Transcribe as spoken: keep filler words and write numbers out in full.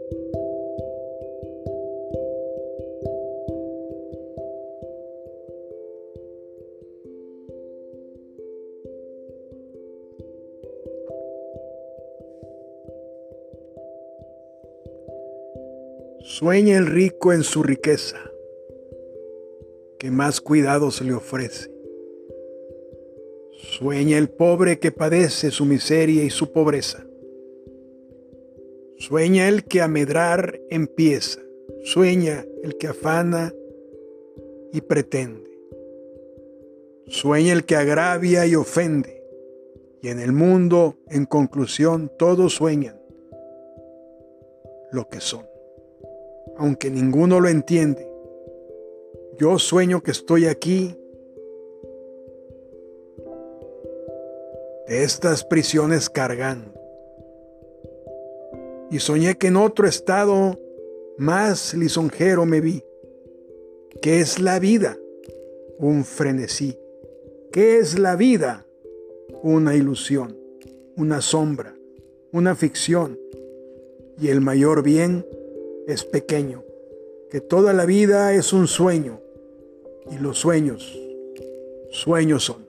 Sueña el rico en su riqueza, que más cuidados le ofrece. Sueña el pobre que padece su miseria y su pobreza. Sueña el que a medrar empieza. Sueña el que afana y pretende. Sueña el que agravia y ofende. Y en el mundo, en conclusión, todos sueñan lo que son, aunque ninguno lo entiende. Yo sueño que estoy aquí, de estas prisiones cargando. Y soñé que en otro estado más lisonjero me vi. ¿Qué es la vida? Un frenesí. ¿Qué es la vida? Una ilusión, una sombra, una ficción. Y el mayor bien es pequeño, que toda la vida es un sueño, y los sueños, sueños son.